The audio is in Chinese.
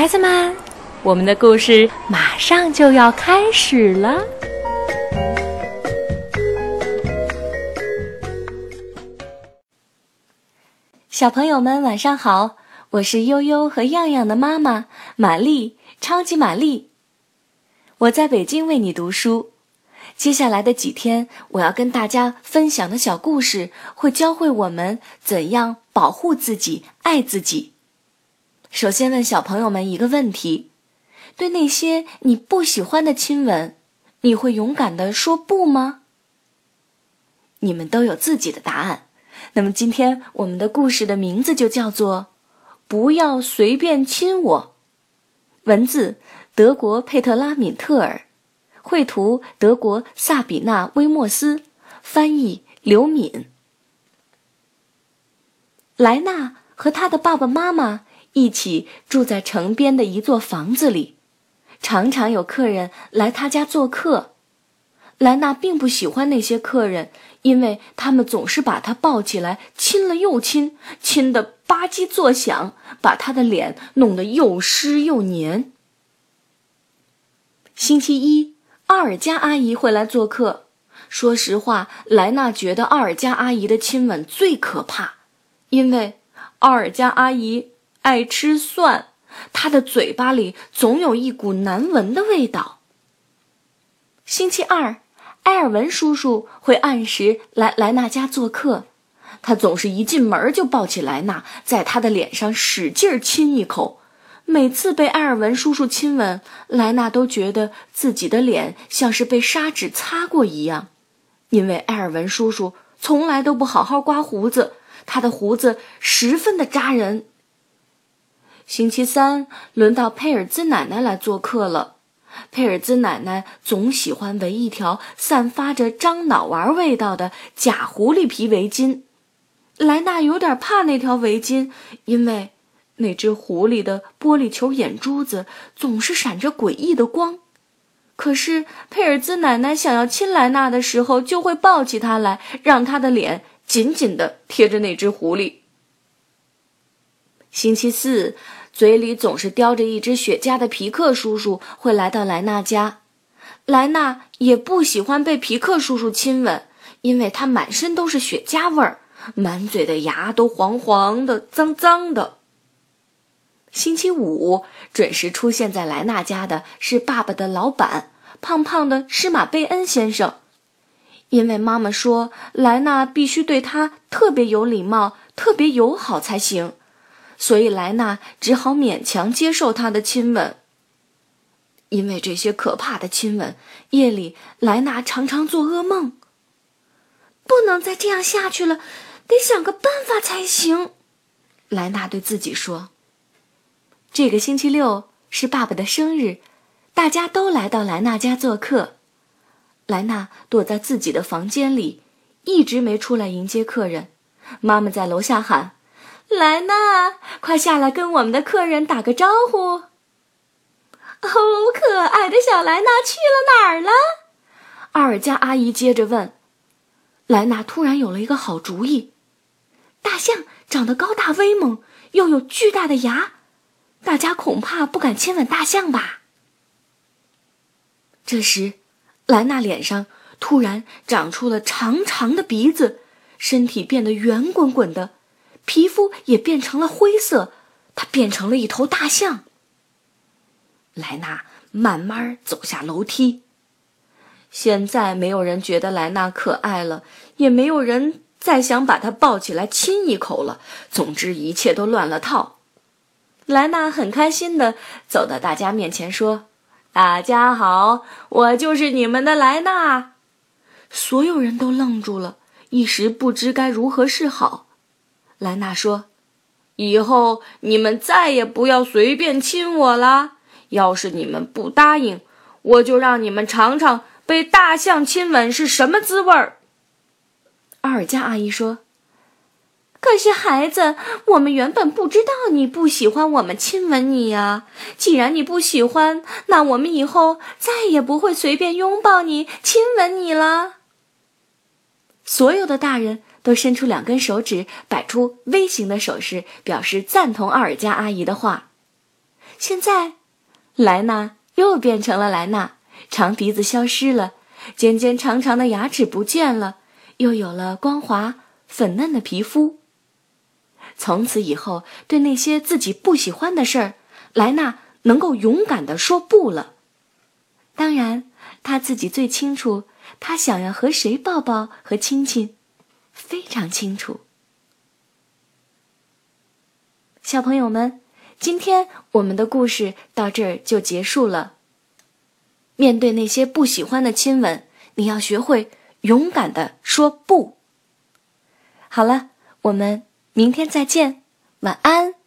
孩子们，我们的故事马上就要开始了。小朋友们晚上好，我是悠悠和样样的妈妈玛丽，超级玛丽。我在北京为你读书。接下来的几天，我要跟大家分享的小故事会教会我们怎样保护自己，爱自己。首先问小朋友们一个问题，对那些你不喜欢的亲吻，你会勇敢地说不吗？你们都有自己的答案。那么今天我们的故事的名字就叫做不要随便亲我。文字德国佩特拉敏特尔，绘图德国萨比娜威莫斯，翻译刘敏。莱纳和他的爸爸妈妈一起住在城边的一座房子里，常常有客人来他家做客。莱纳并不喜欢那些客人，因为他们总是把他抱起来亲了又亲，亲得吧唧作响，把他的脸弄得又湿又黏。星期一，奥尔加阿姨会来做客。说实话，莱纳觉得奥尔加阿姨的亲吻最可怕，因为奥尔加阿姨爱吃蒜，她的嘴巴里总有一股难闻的味道。星期二，埃尔文叔叔会按时来莱纳家做客，他总是一进门就抱起莱纳，在他的脸上使劲亲一口。每次被埃尔文叔叔亲吻，莱纳都觉得自己的脸像是被砂纸擦过一样，因为埃尔文叔叔从来都不好好刮胡子，他的胡子十分的扎人。星期三，轮到佩尔兹奶奶来做客了。佩尔兹奶奶总喜欢围一条散发着樟脑丸味道的假狐狸皮围巾。莱纳有点怕那条围巾，因为那只狐狸的玻璃球眼珠子总是闪着诡异的光。可是佩尔兹奶奶想要亲莱纳的时候，就会抱起他来，让他的脸紧紧地贴着那只狐狸。星期四，嘴里总是叼着一只雪茄的皮克叔叔会来到莱纳家。莱纳也不喜欢被皮克叔叔亲吻，因为他满身都是雪茄味儿，满嘴的牙都黄黄的、脏脏的。星期五，准时出现在莱纳家的是爸爸的老板，胖胖的施马贝恩先生。因为妈妈说莱纳必须对他特别有礼貌、特别友好才行，所以莱纳只好勉强接受他的亲吻。因为这些可怕的亲吻，夜里莱纳常常做噩梦。不能再这样下去了，得想个办法才行，莱纳对自己说。这个星期六是爸爸的生日，大家都来到莱纳家做客。莱纳躲在自己的房间里，一直没出来迎接客人。妈妈在楼下喊，莱纳，快下来跟我们的客人打个招呼。哦，可爱的小莱纳去了哪儿了？奥尔加阿姨接着问。莱纳突然有了一个好主意，大象长得高大威猛，又有巨大的牙，大家恐怕不敢亲吻大象吧。这时，莱纳脸上突然长出了长长的鼻子，身体变得圆滚滚的，皮肤也变成了灰色，它变成了一头大象。莱纳慢慢走下楼梯。现在没有人觉得莱纳可爱了，也没有人再想把他抱起来亲一口了。总之一切都乱了套。莱纳很开心地走到大家面前说，大家好，我就是你们的莱纳。所有人都愣住了，一时不知该如何是好。莱纳说，以后你们再也不要随便亲我啦，要是你们不答应，我就让你们尝尝被大象亲吻是什么滋味儿。奥尔加阿姨说，可是孩子，我们原本不知道你不喜欢我们亲吻你呀。既然你不喜欢，那我们以后再也不会随便拥抱你、亲吻你了。所有的大人都伸出2根手指，摆出 V 型的手势，表示赞同奥尔加阿姨的话。 现在，莱娜又变成了莱娜，长鼻子消失了，尖尖长长的牙齿不见了，又有了光滑粉嫩的皮肤。从此以后，对那些自己不喜欢的事儿，莱娜能够勇敢地说不了。当然，她自己最清楚，她想要和谁抱抱和亲亲，非常清楚。小朋友们，今天我们的故事到这儿就结束了。面对那些不喜欢的亲吻，你要学会勇敢地说不。好了，我们明天再见，晚安。